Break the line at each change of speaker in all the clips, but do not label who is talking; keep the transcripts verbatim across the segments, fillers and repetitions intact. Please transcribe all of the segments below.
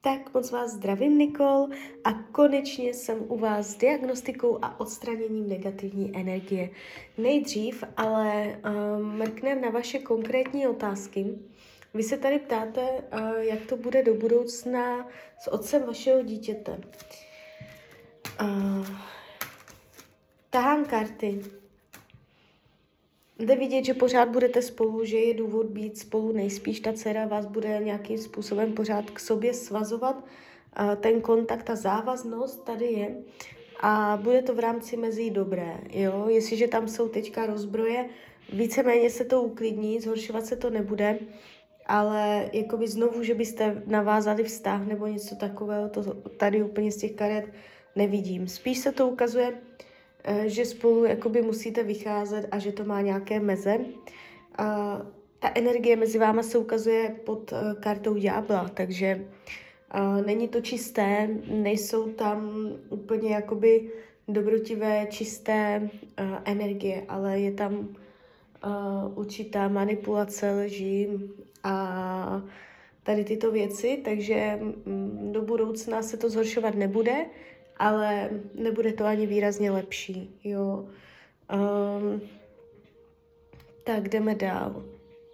Tak moc vás zdravím, Nikol, a konečně jsem u vás s diagnostikou a odstraněním negativní energie. Nejdřív ale uh, mrkneme na vaše konkrétní otázky. Vy se tady ptáte, uh, jak to bude do budoucna s otcem vašeho dítěte. Uh, tahám karty. Jde vidět, že pořád budete spolu, že je důvod být spolu, nejspíš ta dcera vás bude nějakým způsobem pořád k sobě svazovat. Ten kontakt, ta závaznost tady je a bude to v rámci mezí dobré. Jo? Jestliže tam jsou teďka rozbroje, víceméně se to uklidní, zhoršovat se to nebude, ale jakoby znovu, že byste navázali vztah nebo něco takového, to tady úplně z těch karet nevidím. Spíš se to ukazuje, že spolu jakoby musíte vycházet a že to má nějaké meze. A ta energie mezi váma se ukazuje pod kartou ďábla, takže není to čisté, nejsou tam úplně jakoby dobrotivé, čisté energie, ale je tam určitá manipulace, lži a tady tyto věci, takže do budoucna se to zhoršovat nebude, ale nebude to ani výrazně lepší, jo. Um, tak jdeme dál.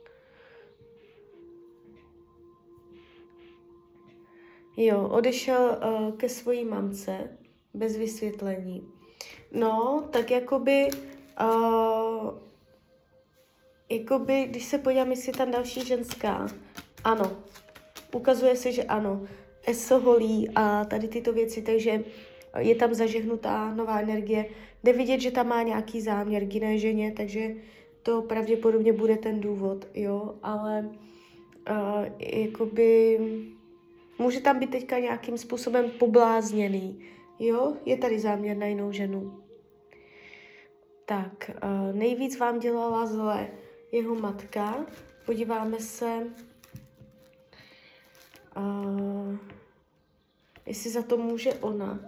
Jo, odešel uh, ke svojí mamce bez vysvětlení. No, tak jakoby, uh, jakoby, když se podívám, jestli je tam další ženská, ano, ukazuje se, že ano, eso holí a tady tyto věci, takže je tam zažehnutá nová energie. Jde vidět, že tam má nějaký záměr k jiné ženě, takže to pravděpodobně bude ten důvod, jo, ale uh, jakoby může tam být teďka nějakým způsobem poblázněný, jo, je tady záměr na jinou ženu. Tak, uh, nejvíc vám dělala zle jeho matka, podíváme se, uh, jestli za to může ona.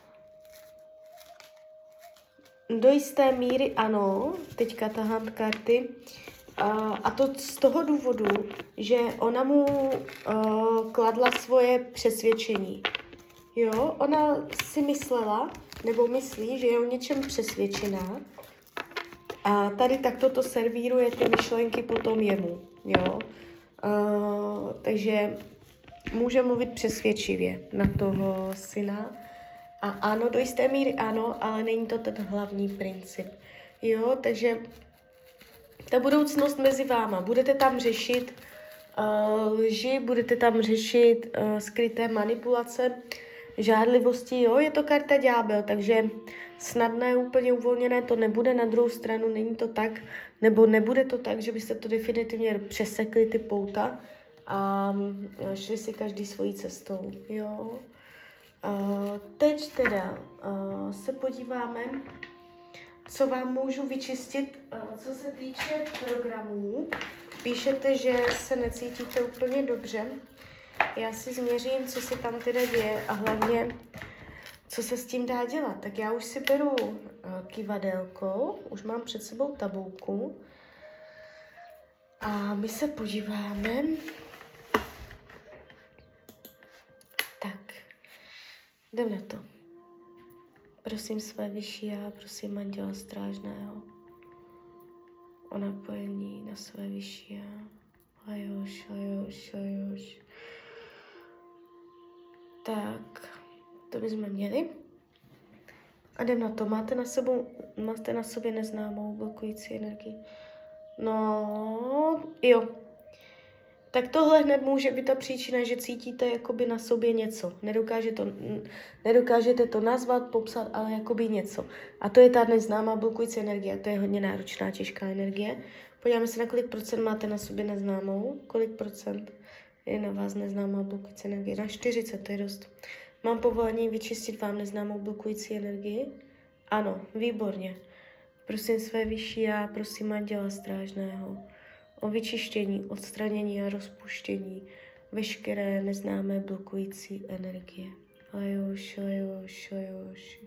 Do jisté míry ano, teďka tahám karty, uh, a to z toho důvodu, že ona mu uh, kladla svoje přesvědčení. Jo, ona si myslela, nebo myslí, že je o něčem přesvědčená a tady takto to servíruje ty myšlenky potom jemu, jo. Uh, takže může mluvit přesvědčivě na toho syna. A ano, do jisté míry ano, ale není to ten hlavní princip. Jo, takže ta budoucnost mezi váma. Budete tam řešit uh, lži, budete tam řešit uh, skryté manipulace, žádlivosti. Jo, je to karta ďábel, takže snadné, úplně uvolněné to nebude. Na druhou stranu není to tak, nebo nebude to tak, že byste to definitivně přesekli ty pouta a šli si každý svojí cestou. Jo. Uh, teď teda uh, se podíváme, co vám můžu vyčistit, uh, co se týče programů. Píšete, že se necítíte úplně dobře. Já si změřím, co se tam teda děje a hlavně, co se s tím dá dělat. Tak já už si beru uh, kivadélko, už mám před sebou tabulku a my se podíváme. Jdem na to. Prosím své vyšší já, prosím anděla strážného o napojení na své vyšší já. Ajoš, ajoš, ajoš. Tak, to bychom měli. A jdem na to. Máte na, sebou, máte na sobě neznámou blokující energii? No, jo. Tak tohle hned může být ta příčina, že cítíte jakoby na sobě něco. Nedokáže to, nedokážete to nazvat, popsat, ale jakoby něco. A to je ta neznámá blokující energie. To je hodně náročná, těžká energie. Podíváme se, na kolik procent máte na sobě neznámou. Kolik procent je na vás neznámá blokující energie? Na čtyřicet, to je dost. Mám povolení vyčistit vám neznámou blokující energii? Ano, výborně. Prosím své vyšší já, prosím anděla strážného o vyčištění, odstranění a rozpuštění veškeré neznámé blokující energie. Ajoš, ajoš, ajoš.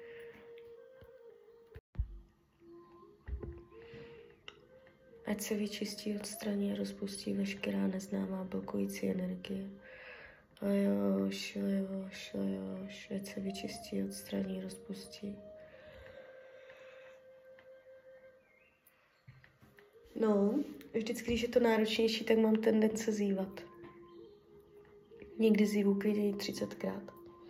Ať se vyčistí, odstraní a rozpustí veškerá neznámá blokující energie. Ajoš, Lajoš, lajoš, lajoš, ať se vyčistí, odstraní, rozpustí. No, vždycky, když je to náročnější, tak mám tendence zívat. Někdy zívu klidně i třicetkrát.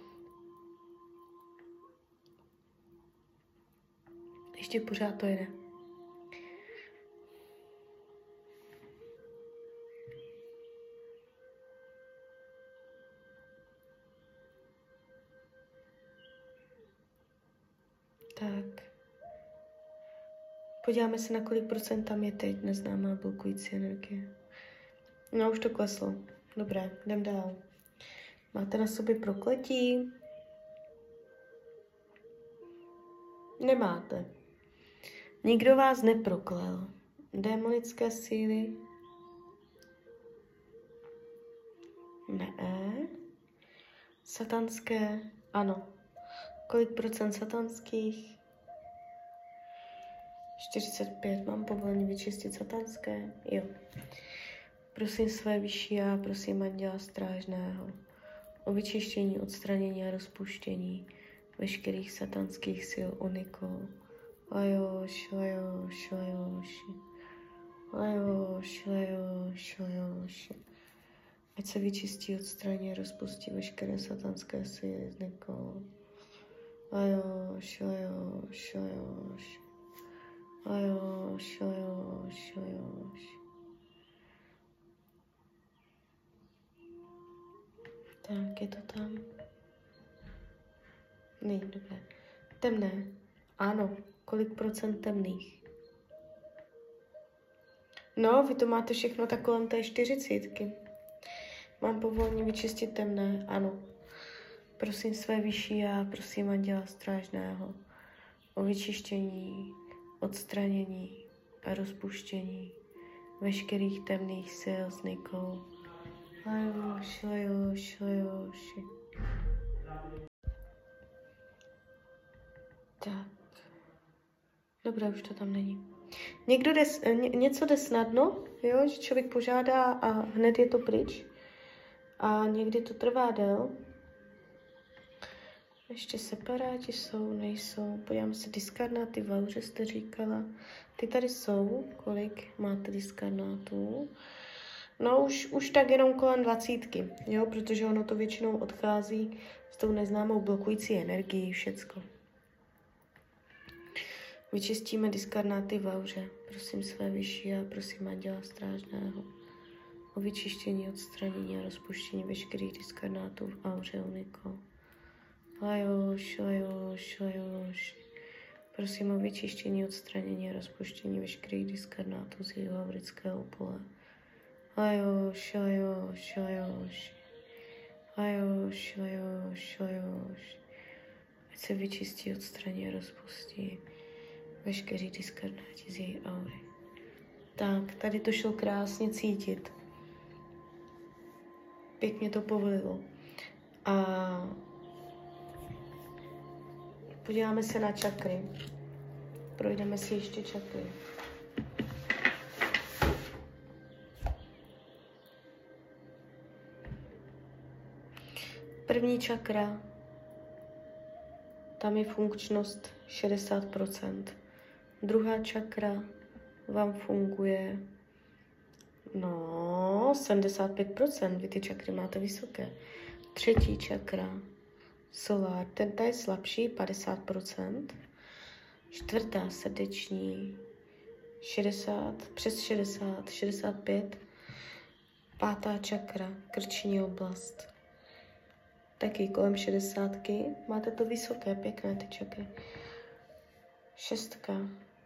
Ještě pořád to jde. Tak. Podíváme se, na kolik procent tam je teď neznámá blokující energie. No, už to kleslo. Dobré, jdem dál. Máte na sobě prokletí? Nemáte. Nikdo vás neproklel. Démonické síly? Ne. Satanské? Ano. Kolik procent satanských? čtyřicet pět. Mám povolení vyčistit satanské? Jo. Prosím své vyšší já, prosím anděla strážného o vyčištění, odstranění a rozpuštění veškerých satanských sil unikol. Lajoš, lajoš, lajoš. Lajoš, lajoš, lajoš. Ať se vyčistí, odstraní a rozpustí veškeré satanské síly z Nikol. Lajoš, lajoš, lajoš. Lajoš, lajoš, lajoš. Tak, je to tam. Není dobré. Temné. Ano. Kolik procent temných? No, vy to máte všechno tak kolem té čtyřicítky. Mám povolení vyčistit temné? Ano. Prosím své vyšší já, prosím anděla strážného o vyčištění, odstranění a rozpuštění veškerých temných sil z Nikol. Lajoš, lajoš, lajoš. Tak. Dobré, už to tam není. Někdo jde, ně, něco jde snadno, jo, že člověk požádá a hned je to pryč. A někdy to trvá déle. Ještě separáti jsou, nejsou. Podívám se, diskarnáty v auře jste říkala. Ty tady jsou. Kolik máte diskarnátů? No už, už tak jenom kolem dvacítky, jo, protože ono to většinou odchází s tou neznámou blokující energií, všecko. Vyčistíme diskarnáty v auře. Prosím své vyšší a prosím anděla strážného o vyčištění, odstranění a rozpuštění veškerých diskarnátů v auře Uniko. Lajoš, lajoš, lajoš. Prosím o vyčištění, odstranění a rozpuštění veškerých diskarnátů z jeho aurického pole. Lajoš, lajoš, lajoš. Lajoš, lajoš, lajoš. Ať se vyčistí, odstraní a rozpustí veškerý diskarnáti z její aury. Tak, tady to šlo krásně cítit. Pěkně to povolilo. A podíváme se na čakry. Projdeme si ještě čakry. První čakra, tam je funkčnost šedesát procent. Druhá čakra vám funguje no sedmdesát pět procent. Vy ty čakry máte vysoké. Třetí čakra, solár, ten je slabší, padesát procent. Čtvrtá srdeční, šedesát, přes šedesát, šedesát pět. Pátá čakra, krční oblast, taky kolem šedesátky. Máte to vysoké, pěkné ty čakry. Šestka,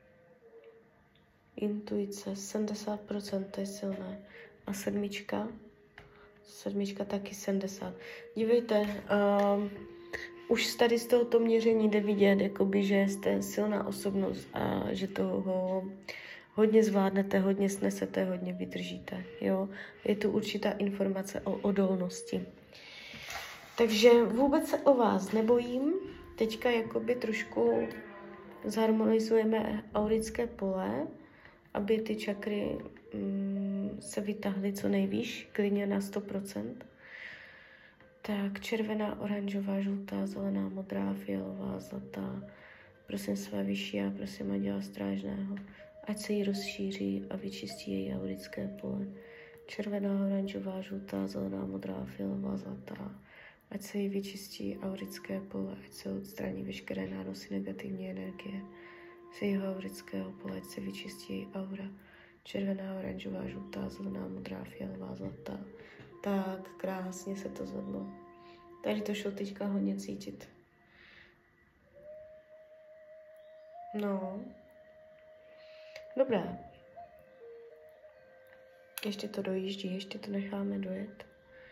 intuice, sedmdesát procent, to je silné. A sedmička, sedmička taky sedmdesát. Dívejte, uh, už tady z tohoto měření jde vidět, jakoby, že jste silná osobnost a že toho hodně zvládnete, hodně snesete, hodně vydržíte. Jo? Je tu určitá informace o odolnosti. Takže vůbec se o vás nebojím. Teďka jakoby trošku zharmonizujeme aurické pole, aby ty čakry mm, se vytáhly co nejvíš, klidně na sto procent. Tak, červená, oranžová, žlutá, zelená, modrá, fialová, zlatá. Prosím své vyšší a prosím Anděla Strážného, ať se jí rozšíří a vyčistí její aurické pole. Červená, oranžová, žlutá, zelená, modrá, fialová, zlatá. Ať se jí vyčistí aurické pole, ať se odstraní veškeré nánosy negativní energie. Z jejího aurického pole, ať se vyčistí její aura. Červená, oranžová, žlutá, zelená, modrá, fialová, zlatá. Tak, krásně se to zvedlo. Tady to šlo teďka hodně cítit. No. Dobrá. Ještě to dojíždí, ještě to necháme dojet.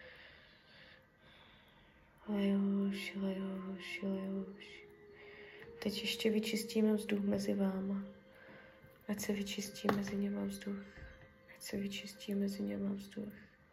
Lejoš, lejoš, lejoš. Teď ještě vyčistíme vzduch mezi váma. Ať se vyčistí mezi něma vzduch. Ať se vyčistí mezi něma vzduch.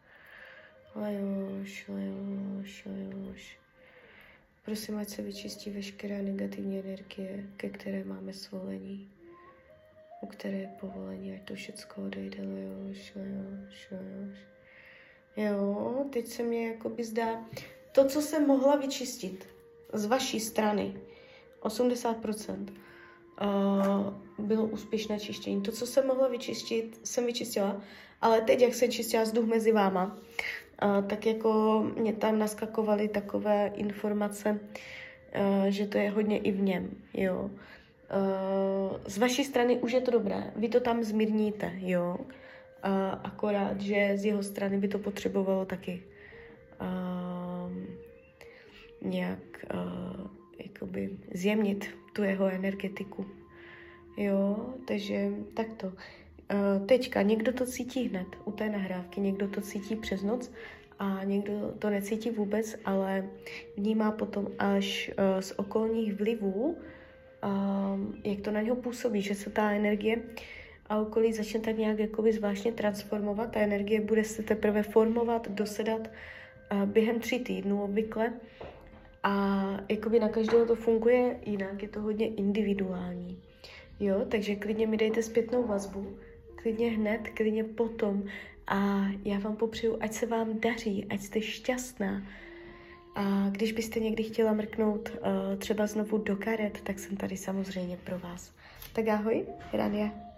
Lejoš, lejoš, lejoš. Prosím, ať se vyčistí veškeré negativní energie, ke které máme svolení. U které je povolení, ať to všecko odejde. Lejoš, lejoš, lejoš. Jo, teď se mně jakoby zdá, to, co jsem mohla vyčistit z vaší strany, osmdesát procent, uh, bylo úspěšné čištění. To, co jsem mohla vyčistit, jsem vyčistila, ale teď, jak se čistila vzduch mezi váma, uh, tak jako mě tam naskakovaly takové informace, uh, že to je hodně i v něm, jo. Uh, z vaší strany už je to dobré, vy to tam zmírníte, jo. Uh, akorát, že z jeho strany by to potřebovalo taky uh, nějak uh, jakoby zjemnit tu jeho energetiku. Jo, takže takto. Uh, teďka někdo to cítí hned u té nahrávky, někdo to cítí přes noc a někdo to necítí vůbec, ale vnímá potom až uh, z okolních vlivů, um, jak to na něho působí, že se ta energie a okolí začne tak nějak jakoby zvláštně transformovat. Ta energie bude se teprve formovat, dosedat uh, během tří týdnů obvykle. A jakoby na každého to funguje jinak, je to hodně individuální. Jo, takže klidně mi dejte zpětnou vazbu, klidně hned, klidně potom. A já vám popřeju, ať se vám daří, ať jste šťastná. A když byste někdy chtěla mrknout uh, třeba znovu do karet, tak jsem tady samozřejmě pro vás. Tak ahoj, Rania.